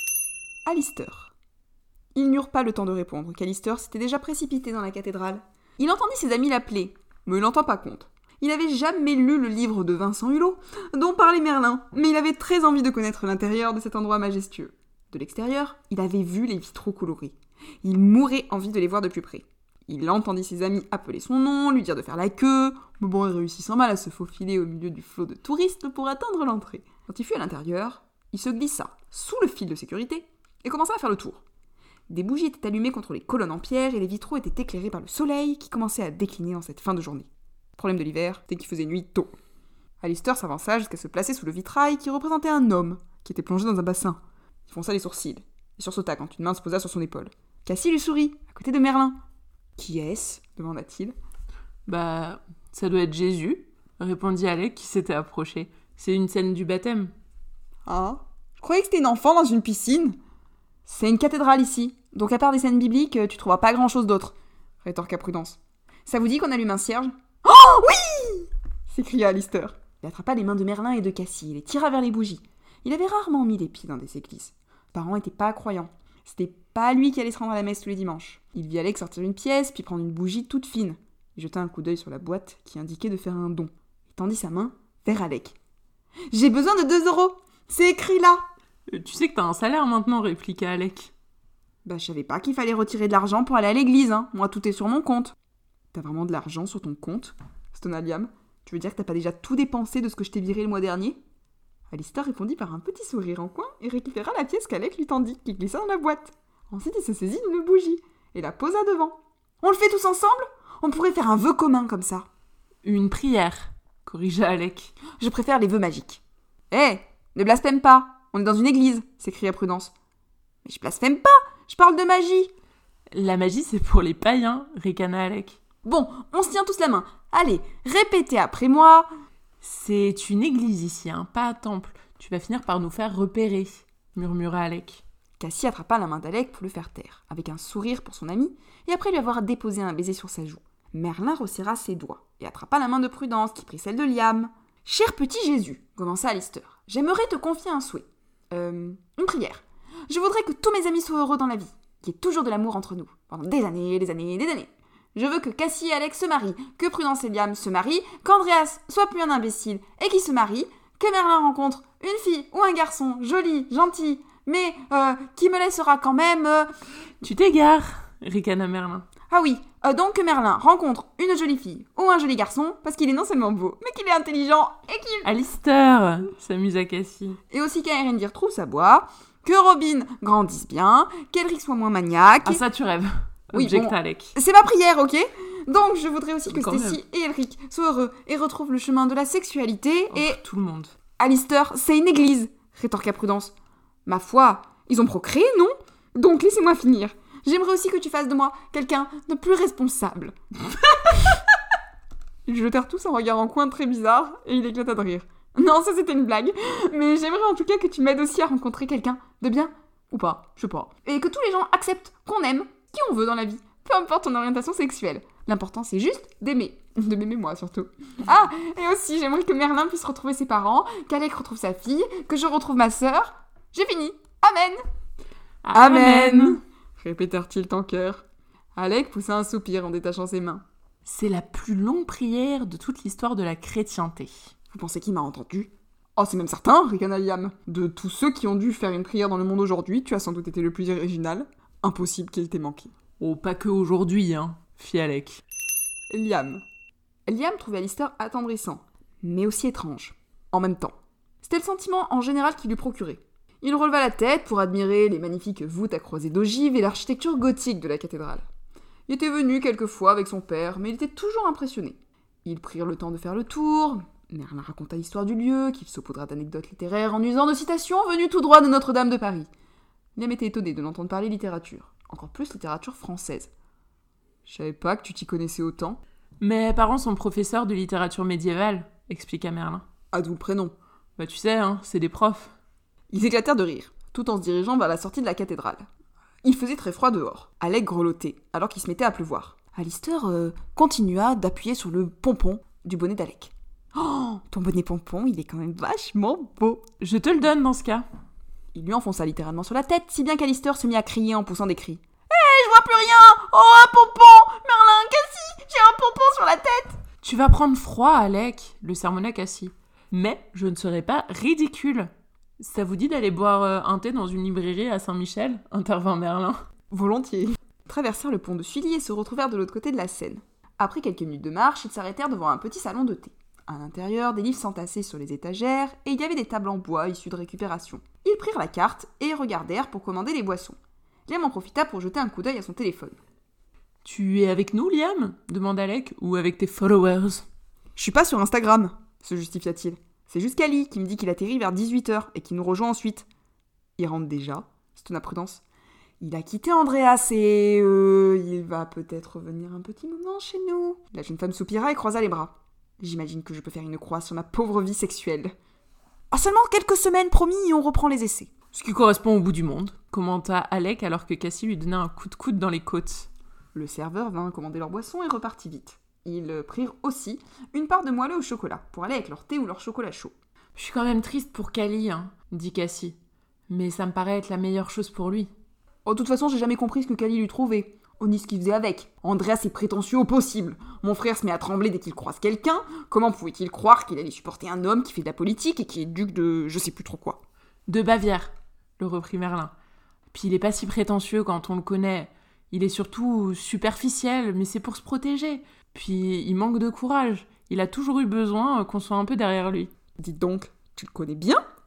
[SPEAKER 2] Alistair. Ils n'eurent pas le temps de répondre, qu'Alistair s'était déjà précipité dans la cathédrale. Il entendit ses amis l'appeler, mais il n'en tint pas compte. Il n'avait jamais lu le livre de Vincent Hulot, dont parlait Merlin, mais il avait très envie de connaître l'intérieur de cet endroit majestueux. De l'extérieur, il avait vu les vitraux colorés. Il mourait envie de les voir de plus près. Il entendit ses amis appeler son nom, lui dire de faire la queue, mais bon, il réussit sans mal à se faufiler au milieu du flot de touristes pour atteindre l'entrée. Quand il fut à l'intérieur, il se glissa sous le fil de sécurité et commença à faire le tour. Des bougies étaient allumées contre les colonnes en pierre et les vitraux étaient éclairés par le soleil qui commençait à décliner en cette fin de journée. Problème de l'hiver, dès qu'il faisait nuit tôt. Alistair s'avança jusqu'à se placer sous le vitrail qui représentait un homme qui était plongé dans un bassin. Il fronça les sourcils et sursauta quand une main se posa sur son épaule. Cassie lui sourit, à côté de Merlin. « Qui est-ce » demanda-t-il.
[SPEAKER 3] « Bah, ça doit être Jésus », répondit Alec qui s'était approché. « C'est une scène du baptême. »«
[SPEAKER 2] Ah, je croyais que c'était une enfant dans une piscine. »« C'est une cathédrale ici, donc à part des scènes bibliques, tu trouveras pas grand-chose d'autre, » rétorqua Prudence. « Ça vous dit qu'on allume un cierge ?»« Oh, oui !» s'écria Alistair. Il attrapa les mains de Merlin et de Cassie et les tira vers les bougies. Il avait rarement mis les pieds dans des églises. Les parents n'étaient pas croyants. C'était pas lui qui allait se rendre à la messe tous les dimanches. Il vit Alec sortir une pièce, puis prendre une bougie toute fine. Il jeta un coup d'œil sur la boîte qui indiquait de faire un don. Il tendit sa main vers Alec. « J'ai besoin de deux euros. C'est écrit là.
[SPEAKER 3] Euh, »« Tu sais que t'as un salaire maintenant, » répliqua Alec.
[SPEAKER 2] « Bah, je savais pas qu'il fallait retirer de l'argent pour aller à l'église, hein. Moi, tout est sur mon compte. »« T'as vraiment de l'argent sur ton compte ?» stonna Liam. « Tu veux dire que t'as pas déjà tout dépensé de ce que je t'ai viré le mois dernier ?» Alistair répondit par un petit sourire en coin et récupéra la pièce qu'Alec lui tendit, qui glissa dans la boîte. Ensuite, il se saisit d'une bougie et la posa devant. « On le fait tous ensemble ? On pourrait faire un vœu commun comme ça. »
[SPEAKER 3] Une prière, corrigea Alec.
[SPEAKER 2] « Je préfère les vœux magiques. »« Hé, hey, ne blasphème pas, on est dans une église !» s'écria Prudence. « Mais je blasphème pas, je parle de magie !»«
[SPEAKER 3] La magie, c'est pour les païens, ricana Alec. »«
[SPEAKER 2] Bon, on se tient tous la main. Allez, répétez après moi. »
[SPEAKER 3] C'est une église ici, hein, pas un temple. Tu vas finir par nous faire repérer, murmura Alec.
[SPEAKER 2] Cassie attrapa la main d'Alec pour le faire taire, avec un sourire pour son ami, et après lui avoir déposé un baiser sur sa joue. Merlin resserra ses doigts, et attrapa la main de Prudence, qui prit celle de Liam. « Cher petit Jésus, commença Alistair, j'aimerais te confier un souhait. Euh, une prière. Je voudrais que tous mes amis soient heureux dans la vie, qu'il y ait toujours de l'amour entre nous, pendant des années, des années, des années. Je veux que Cassie et Alex se marient, que Prudence et Liam se marient, qu'Andreas soit plus un imbécile et qu'il se marie, que Merlin rencontre une fille ou un garçon joli, gentil, mais euh, qui me laissera quand même... Euh...
[SPEAKER 3] Tu t'égares, ricana Merlin.
[SPEAKER 2] Ah oui, euh, donc que Merlin rencontre une jolie fille ou un joli garçon, parce qu'il est non seulement beau, mais qu'il est intelligent et qu'il...
[SPEAKER 3] Alistair, s'amusa Cassie.
[SPEAKER 2] Et aussi qu'Arendir trouve sa voie, que Robin grandisse bien, qu'Elric soit moins maniaque...
[SPEAKER 3] Ah ça tu rêves.
[SPEAKER 2] Oui,
[SPEAKER 3] Objecta
[SPEAKER 2] bon,
[SPEAKER 3] Alec.
[SPEAKER 2] C'est ma prière, ok ? Donc, je voudrais aussi que
[SPEAKER 3] Quand
[SPEAKER 2] Stacy et Elric soient heureux et retrouvent le chemin de la sexualité
[SPEAKER 3] Oh,
[SPEAKER 2] et...
[SPEAKER 3] tout le monde.
[SPEAKER 2] Alistair, c'est une église, rétorqua Prudence. Ma foi, ils ont procréé, non ? Donc, laissez-moi finir. J'aimerais aussi que tu fasses de moi quelqu'un de plus responsable. Ils jetèrent tous un regard en coin très bizarre et il éclata de rire. Non, ça c'était une blague, mais j'aimerais en tout cas que tu m'aides aussi à rencontrer quelqu'un de bien, ou pas, je sais pas. Et que tous les gens acceptent qu'on aime qui on veut dans la vie, peu importe ton orientation sexuelle. L'important c'est juste d'aimer, de m'aimer moi surtout. Ah, et aussi j'aimerais que Merlin puisse retrouver ses parents, qu'Alec retrouve sa fille, que je retrouve ma sœur. J'ai fini. Amen.
[SPEAKER 3] Amen,
[SPEAKER 2] répétèrent-ils en chœur. Alec poussa un soupir en détachant ses mains.
[SPEAKER 3] C'est la plus longue prière de toute l'histoire de la chrétienté.
[SPEAKER 2] Vous pensez qui m'a entendu ? Oh, c'est même certain, ricana Liam. De tous ceux qui ont dû faire une prière dans le monde aujourd'hui, tu as sans doute été le plus original. Impossible qu'il t'ait manqué.
[SPEAKER 3] Oh, pas que aujourd'hui, hein, fit Alec.
[SPEAKER 2] Liam. Liam trouvait Alistair attendrissant, mais aussi étrange, en même temps. C'était le sentiment en général qu'il lui procurait. Il releva la tête pour admirer les magnifiques voûtes à croisées d'ogives et l'architecture gothique de la cathédrale. Il était venu quelquefois avec son père, mais il était toujours impressionné. Ils prirent le temps de faire le tour. Merlin raconta l'histoire du lieu, qu'il saupoudra d'anecdotes littéraires en usant de citations venues tout droit de Notre-Dame de Paris. Liam était étonné de l'entendre parler littérature, encore plus littérature française. « Je savais pas que tu t'y connaissais autant. »«
[SPEAKER 3] Mes parents sont professeurs de littérature médiévale, expliqua Merlin.
[SPEAKER 2] Ah, d'où le prénom.
[SPEAKER 3] Bah tu sais, hein, c'est des profs.
[SPEAKER 2] Ils éclatèrent de rire, tout en se dirigeant vers la sortie de la cathédrale. Il faisait très froid dehors. Alec grelottait, alors qu'il se mettait à pleuvoir. Alistair euh, continua d'appuyer sur le pompon du bonnet d'Alec. « Oh, ton bonnet pompon, il est quand même vachement beau. »
[SPEAKER 3] Je te le donne dans ce cas.
[SPEAKER 2] Il lui enfonça littéralement sur la tête, si bien qu'Alistair se mit à crier en poussant des cris. « Hé, hey, je vois plus rien. Oh, un pompon. Merlin, Cassie, j'ai un pompon sur la tête. »
[SPEAKER 3] Tu vas prendre froid, Alec, le sermonna Cassie. Mais je ne serai pas ridicule. Ça vous dit d'aller boire euh, un thé dans une librairie à Saint-Michel ? Intervint Merlin.
[SPEAKER 2] Volontiers. Ils traversèrent le pont de Sully et se retrouvèrent de l'autre côté de la Seine. Après quelques minutes de marche, ils s'arrêtèrent devant un petit salon de thé. À l'intérieur, des livres s'entassaient sur les étagères et il y avait des tables en bois issues de récupération. Ils prirent la carte et regardèrent pour commander les boissons. Liam en profita pour jeter un coup d'œil à son téléphone.
[SPEAKER 3] « Tu es avec nous, Liam ?» demanda Alec, « ou avec tes followers ?»«
[SPEAKER 2] Je suis pas sur Instagram, » se justifia-t-il. « C'est juste Cali qui me dit qu'il atterrit vers dix-huit heures et qu'il nous rejoint ensuite. »« Il rentre déjà ?» s'étonna Prudence. « Il a quitté Andreas et... Euh, il va peut-être revenir un petit moment chez nous. » La jeune femme soupira et croisa les bras. « J'imagine que je peux faire une croix sur ma pauvre vie sexuelle. »« Ah, seulement quelques semaines, promis, et on reprend les essais. »
[SPEAKER 3] Ce qui correspond au bout du monde, commenta Alec alors que Cassie lui donna un coup de coude dans les côtes.
[SPEAKER 2] Le serveur vint commander leur boisson et repartit vite. Ils prirent aussi une part de moelleux au chocolat pour aller avec leur thé ou leur chocolat chaud.
[SPEAKER 3] « Je suis quand même triste pour Cali, hein, dit Cassie. Mais ça me paraît être la meilleure chose pour lui. »«
[SPEAKER 2] Oh, de toute façon, j'ai jamais compris ce que Cali lui trouvait. On dit ce qu'il faisait avec. Andreas est prétentieux au possible. Mon frère se met à trembler dès qu'il croise quelqu'un. Comment pouvait-il croire qu'il allait supporter un homme qui fait de la politique et qui est duc de je sais plus trop quoi ?»«
[SPEAKER 3] De Bavière, le reprit Merlin. Puis il est pas si prétentieux quand on le connaît. Il est surtout superficiel, mais c'est pour se protéger. Puis il manque de courage. Il a toujours eu besoin qu'on soit un peu derrière lui. »
[SPEAKER 2] « Dites donc, tu le connais bien ?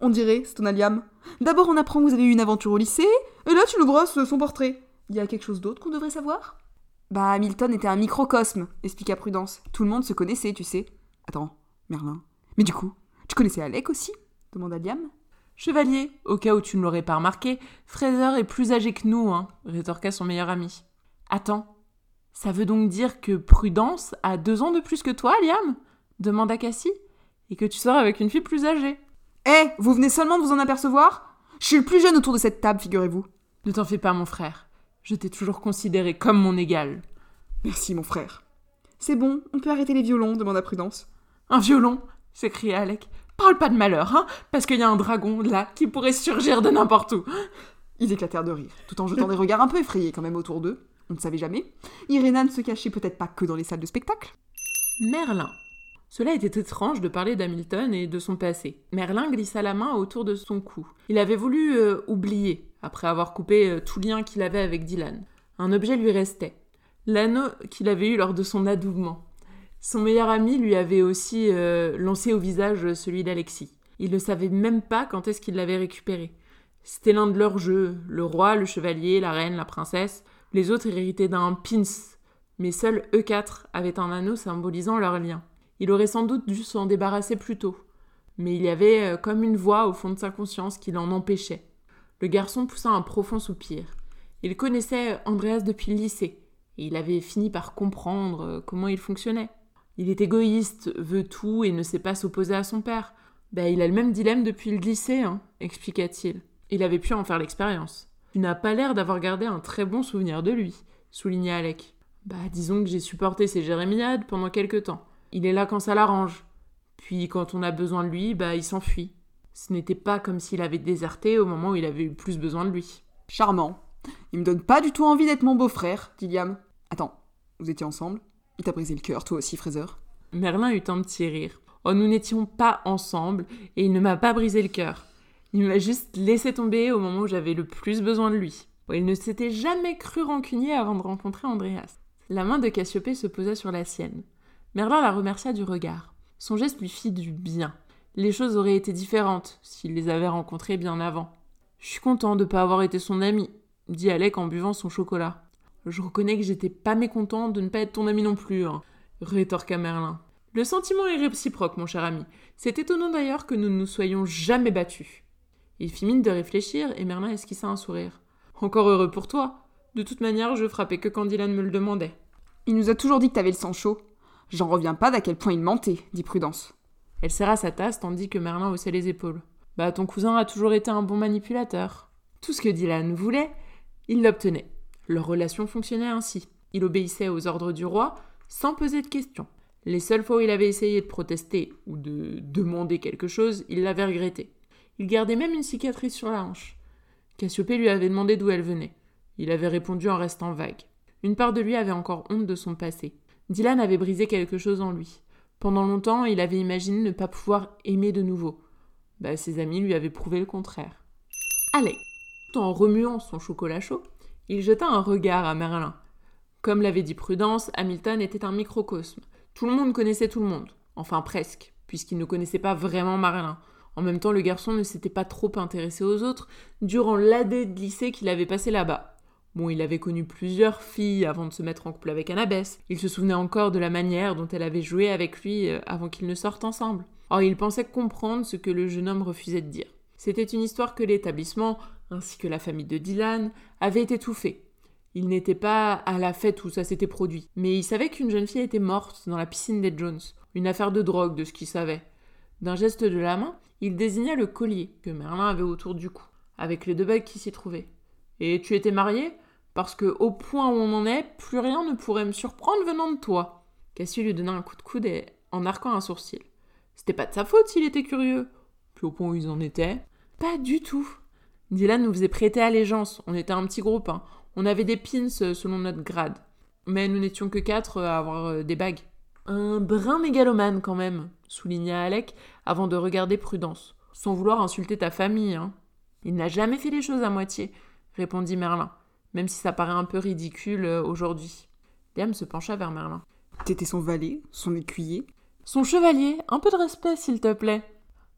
[SPEAKER 2] On dirait, c'est ton Liam. D'abord, on apprend que vous avez eu une aventure au lycée, et là, tu nous brosses son portrait. Il y a quelque chose d'autre qu'on devrait savoir ? Bah, Hamilton était un microcosme, expliqua Prudence. Tout le monde se connaissait, tu sais. Attends, Merlin. Mais du coup, tu connaissais Alec aussi ? Demanda Liam.
[SPEAKER 3] Chevalier, au cas où tu ne l'aurais pas remarqué, Fraser est plus âgé que nous, hein, rétorqua son meilleur ami. Attends, ça veut donc dire que Prudence a deux ans de plus que toi, Liam ? Demanda Cassie. Et que tu sors avec une fille plus âgée.
[SPEAKER 2] Eh, hey, vous venez seulement de vous en apercevoir ? Je suis le plus jeune autour de cette table, figurez-vous.
[SPEAKER 3] Ne t'en fais pas, mon frère. Je t'ai toujours considéré comme mon égal.
[SPEAKER 2] Merci, mon frère. C'est bon, on peut arrêter les violons, demanda Prudence.
[SPEAKER 3] Un violon ? S'écria Alec. Parle pas de malheur, hein, parce qu'il y a un dragon, là, qui pourrait surgir de n'importe où.
[SPEAKER 2] Ils éclatèrent de rire, tout en jetant des regards un peu effrayés quand même autour d'eux. On ne savait jamais. Irena ne se cachait peut-être pas que dans les salles de spectacle.
[SPEAKER 3] Merlin. Cela était étrange de parler d'Hamilton et de son passé. Merlin glissa la main autour de son cou. Il avait voulu euh, oublier, après avoir coupé euh, tout lien qu'il avait avec Dylan. Un objet lui restait. L'anneau qu'il avait eu lors de son adoubement. Son meilleur ami lui avait aussi euh, lancé au visage celui d'Alexis. Il ne savait même pas quand est-ce qu'il l'avait récupéré. C'était l'un de leurs jeux, le roi, le chevalier, la reine, la princesse. Les autres héritaient d'un pins, mais seuls eux quatre avaient un anneau symbolisant leur lien. Il aurait sans doute dû s'en débarrasser plus tôt. Mais il y avait euh, comme une voix au fond de sa conscience qui l'en empêchait. Le garçon poussa un profond soupir. Il connaissait Andreas depuis le lycée, et il avait fini par comprendre euh, comment il fonctionnait. Il est égoïste, veut tout et ne sait pas s'opposer à son père. Ben, il a le même dilemme depuis le lycée, hein, expliqua-t-il. Il avait pu en faire l'expérience. Tu n'as pas l'air d'avoir gardé un très bon souvenir de lui, souligna Alec. Bah, disons que j'ai supporté ses jérémiades pendant quelque temps. Il est là quand ça l'arrange. Puis quand on a besoin de lui, bah il s'enfuit. Ce n'était pas comme s'il avait déserté au moment où il avait eu plus besoin de lui.
[SPEAKER 2] Charmant. Il me donne pas du tout envie d'être mon beau-frère, dit Liam. Attends, vous étiez ensemble ? Il t'a brisé le cœur, toi aussi, Fraser ?
[SPEAKER 3] Merlin eut un petit rire. Oh, nous n'étions pas ensemble et il ne m'a pas brisé le cœur. Il m'a juste laissé tomber au moment où j'avais le plus besoin de lui. Il ne s'était jamais cru rancunier avant de rencontrer Andreas. La main de Cassiopée se posa sur la sienne. Merlin la remercia du regard. Son geste lui fit du bien. Les choses auraient été différentes s'il les avait rencontrées bien avant. « Je suis content de ne pas avoir été son ami », dit Alec en buvant son chocolat. « Je reconnais que j'étais pas mécontent de ne pas être ton ami non plus, hein, » rétorqua Merlin. « Le sentiment est réciproque, mon cher ami. C'est étonnant d'ailleurs que nous ne nous soyons jamais battus. » Il fit mine de réfléchir et Merlin esquissa un sourire. « Encore heureux pour toi. De toute manière, je frappais que quand Dylan me le demandait. »
[SPEAKER 2] « Il nous a toujours dit que t'avais le sang chaud. J'en reviens pas d'à quel point il mentait, dit Prudence. »
[SPEAKER 3] Elle serra sa tasse tandis que Merlin haussait les épaules. « Bah, ton cousin a toujours été un bon manipulateur. » Tout ce que Dylan voulait, il l'obtenait. Leur relation fonctionnait ainsi. Il obéissait aux ordres du roi sans poser de questions. Les seules fois où il avait essayé de protester ou de demander quelque chose, il l'avait regretté. Il gardait même une cicatrice sur la hanche. Cassiopée lui avait demandé d'où elle venait. Il avait répondu en restant vague. Une part de lui avait encore honte de son passé. Dylan avait brisé quelque chose en lui. Pendant longtemps, il avait imaginé ne pas pouvoir aimer de nouveau. Bah, ses amis lui avaient prouvé le contraire. Allez, tout en remuant son chocolat chaud, il jeta un regard à Merlin. Comme l'avait dit Prudence, Hamilton était un microcosme. Tout le monde connaissait tout le monde. Enfin presque, puisqu'il ne connaissait pas vraiment Merlin. En même temps, le garçon ne s'était pas trop intéressé aux autres durant l'année de lycée qu'il avait passé là-bas. Bon, il avait connu plusieurs filles avant de se mettre en couple avec Annabeth. Il se souvenait encore de la manière dont elle avait joué avec lui avant qu'ils ne sortent ensemble. Or, il pensait comprendre ce que le jeune homme refusait de dire. C'était une histoire que l'établissement, ainsi que la famille de Dylan, avaient étouffée. Il n'était pas à la fête où ça s'était produit, mais il savait qu'une jeune fille était morte dans la piscine des Jones. Une affaire de drogue, de ce qu'il savait. D'un geste de la main, il désigna le collier que Merlin avait autour du cou, avec les deux bagues qui s'y trouvaient. « Et tu étais marié ? Parce que, au point où on en est, plus rien ne pourrait me surprendre venant de toi. » Cassie lui donna un coup de coude et, en arquant un sourcil. C'était pas de sa faute s'il était curieux. Puis au point où ils en étaient. Pas du tout. Dylan nous faisait prêter allégeance. On était un petit groupe. Hein. On avait des pins selon notre grade. Mais nous n'étions que quatre à avoir des bagues. Un brin mégalomane quand même, souligna Alec avant de regarder Prudence. Sans vouloir insulter ta famille, hein. Il n'a jamais fait les choses à moitié, répondit Merlin, même si ça paraît un peu ridicule euh, aujourd'hui. Liam se pencha vers Merlin.
[SPEAKER 2] T'étais son valet, son écuyer ?
[SPEAKER 3] Son chevalier, un peu de respect s'il te plaît.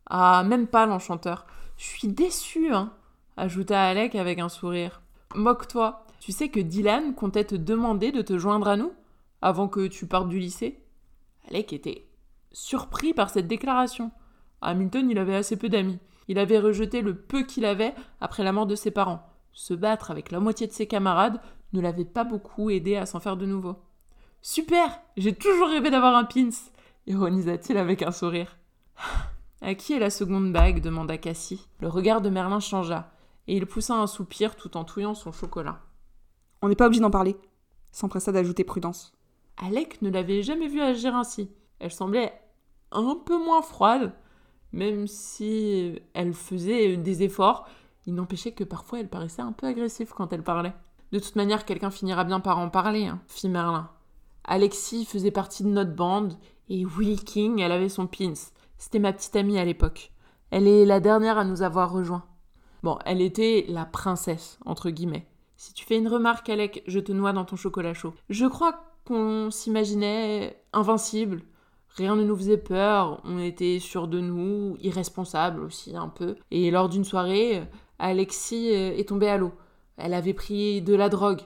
[SPEAKER 3] Ah, même pas l'enchanteur. Je suis déçue, hein, ajouta Alec avec un sourire. Moque-toi. Tu sais que Dylan comptait te demander de te joindre à nous avant que tu partes du lycée ? Alec était surpris par cette déclaration. Hamilton, il avait assez peu d'amis. Il avait rejeté le peu qu'il avait après la mort de ses parents. Se battre avec la moitié de ses camarades ne l'avait pas beaucoup aidé à s'en faire de nouveau. « Super ! J'ai toujours rêvé d'avoir un pins !» ironisa-t-il avec un sourire. « À qui est la seconde bague ?» demanda Cassie. Le regard de Merlin changea, et il poussa un soupir tout en touillant son chocolat.
[SPEAKER 2] « On n'est pas obligé d'en parler », s'empressa d'ajouter Prudence.
[SPEAKER 3] Alec ne l'avait jamais vue agir ainsi. Elle semblait un peu moins froide, même si elle faisait des efforts. Il n'empêchait que parfois elle paraissait un peu agressive quand elle parlait. De toute manière, quelqu'un finira bien par en parler, hein, fit Merlin. Alexis faisait partie de notre bande, et Will King, elle avait son pins. C'était ma petite amie à l'époque. Elle est la dernière à nous avoir rejoints. Bon, elle était la princesse, entre guillemets. Si tu fais une remarque, Alec, je te noie dans ton chocolat chaud. Je crois qu'on s'imaginait invincible. Rien ne nous faisait peur, on était sûrs de nous, irresponsables aussi un peu. Et lors d'une soirée, Alexis est tombée à l'eau. Elle avait pris de la drogue.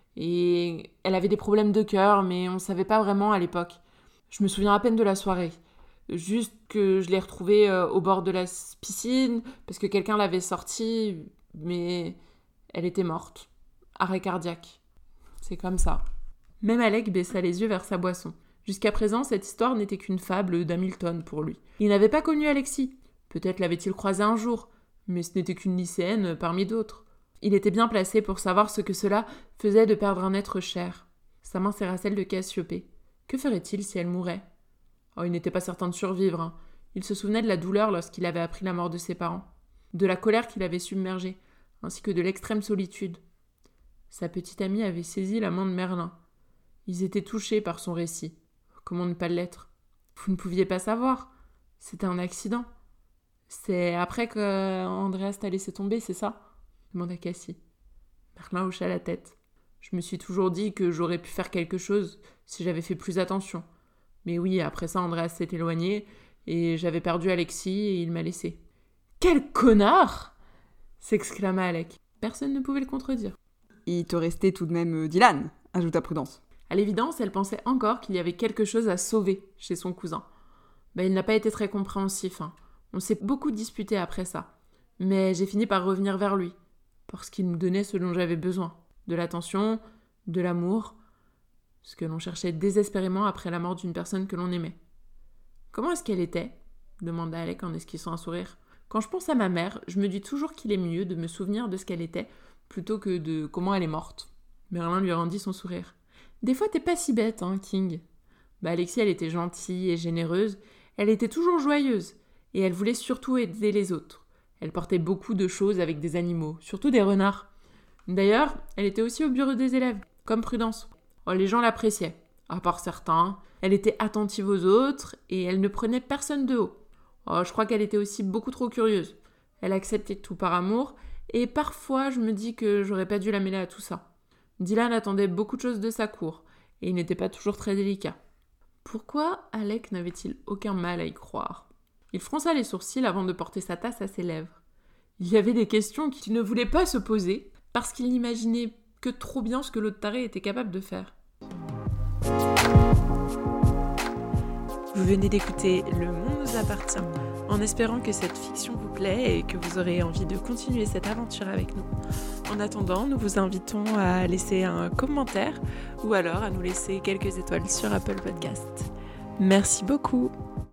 [SPEAKER 3] Et elle avait des problèmes de cœur, mais on ne savait pas vraiment à l'époque. Je me souviens à peine de la soirée. Juste que je l'ai retrouvée au bord de la piscine, parce que quelqu'un l'avait sortie, mais elle était morte. Arrêt cardiaque. C'est comme ça. Même Alec baissa les yeux vers sa boisson. Jusqu'à présent, cette histoire n'était qu'une fable d'Hamilton pour lui. Il n'avait pas connu Alexis. Peut-être l'avait-il croisée un jour, mais ce n'était qu'une lycéenne parmi d'autres. Il était bien placé pour savoir ce que cela faisait de perdre un être cher. Sa main serra celle de Cassiopée. Que ferait-il si elle mourait ? Oh, il n'était pas certain de survivre. Hein. Il se souvenait de la douleur lorsqu'il avait appris la mort de ses parents, de la colère qui l'avait submergé, ainsi que de l'extrême solitude. Sa petite amie avait saisi la main de Merlin. Ils étaient touchés par son récit. Comment ne pas l'être ? Vous ne pouviez pas savoir. C'était un accident. C'est après qu'Andreas t'a laissé tomber, c'est ça ? demanda Cassie. Merlin hocha la tête. Je me suis toujours dit que j'aurais pu faire quelque chose si j'avais fait plus attention. Mais oui, après ça, Andreas s'est éloigné et j'avais perdu Alexis et il m'a laissé. « Quel connard !» s'exclama Alec. Personne ne pouvait le contredire.
[SPEAKER 2] « Il te restait tout de même Dylan », ajouta Prudence.
[SPEAKER 3] À l'évidence, elle pensait encore qu'il y avait quelque chose à sauver chez son cousin. Ben, il n'a pas été très compréhensif. Hein. On s'est beaucoup disputé après ça. Mais j'ai fini par revenir vers lui, parce qu'il me donnait ce dont j'avais besoin. De l'attention, de l'amour, ce que l'on cherchait désespérément après la mort d'une personne que l'on aimait. « Comment est-ce qu'elle était ?» demanda Alec en esquissant un sourire. « Quand je pense à ma mère, je me dis toujours qu'il est mieux de me souvenir de ce qu'elle était, plutôt que de comment elle est morte. » Merlin lui rendit son sourire. « Des fois, t'es pas si bête, hein, King. » Bah, Alexis, elle était gentille et généreuse. Elle était toujours joyeuse. Et elle voulait surtout aider les autres. Elle portait beaucoup de choses avec des animaux, surtout des renards. D'ailleurs, elle était aussi au bureau des élèves, comme Prudence. Oh, les gens l'appréciaient, à part certains. Elle était attentive aux autres et elle ne prenait personne de haut. Oh, je crois qu'elle était aussi beaucoup trop curieuse. Elle acceptait tout par amour et parfois je me dis que j'aurais pas dû la mêler à tout ça. Dylan attendait beaucoup de choses de sa cour et il n'était pas toujours très délicat. Pourquoi Alec n'avait-il aucun mal à y croire ? Il fronça les sourcils avant de porter sa tasse à ses lèvres. Il y avait des questions qu'il ne voulait pas se poser parce qu'il n'imaginait que trop bien ce que l'autre taré était capable de faire.
[SPEAKER 1] Vous venez d'écouter Le Monde nous appartient, en espérant que cette fiction vous plaît et que vous aurez envie de continuer cette aventure avec nous. En attendant, nous vous invitons à laisser un commentaire ou alors à nous laisser quelques étoiles sur Apple Podcast. Merci beaucoup.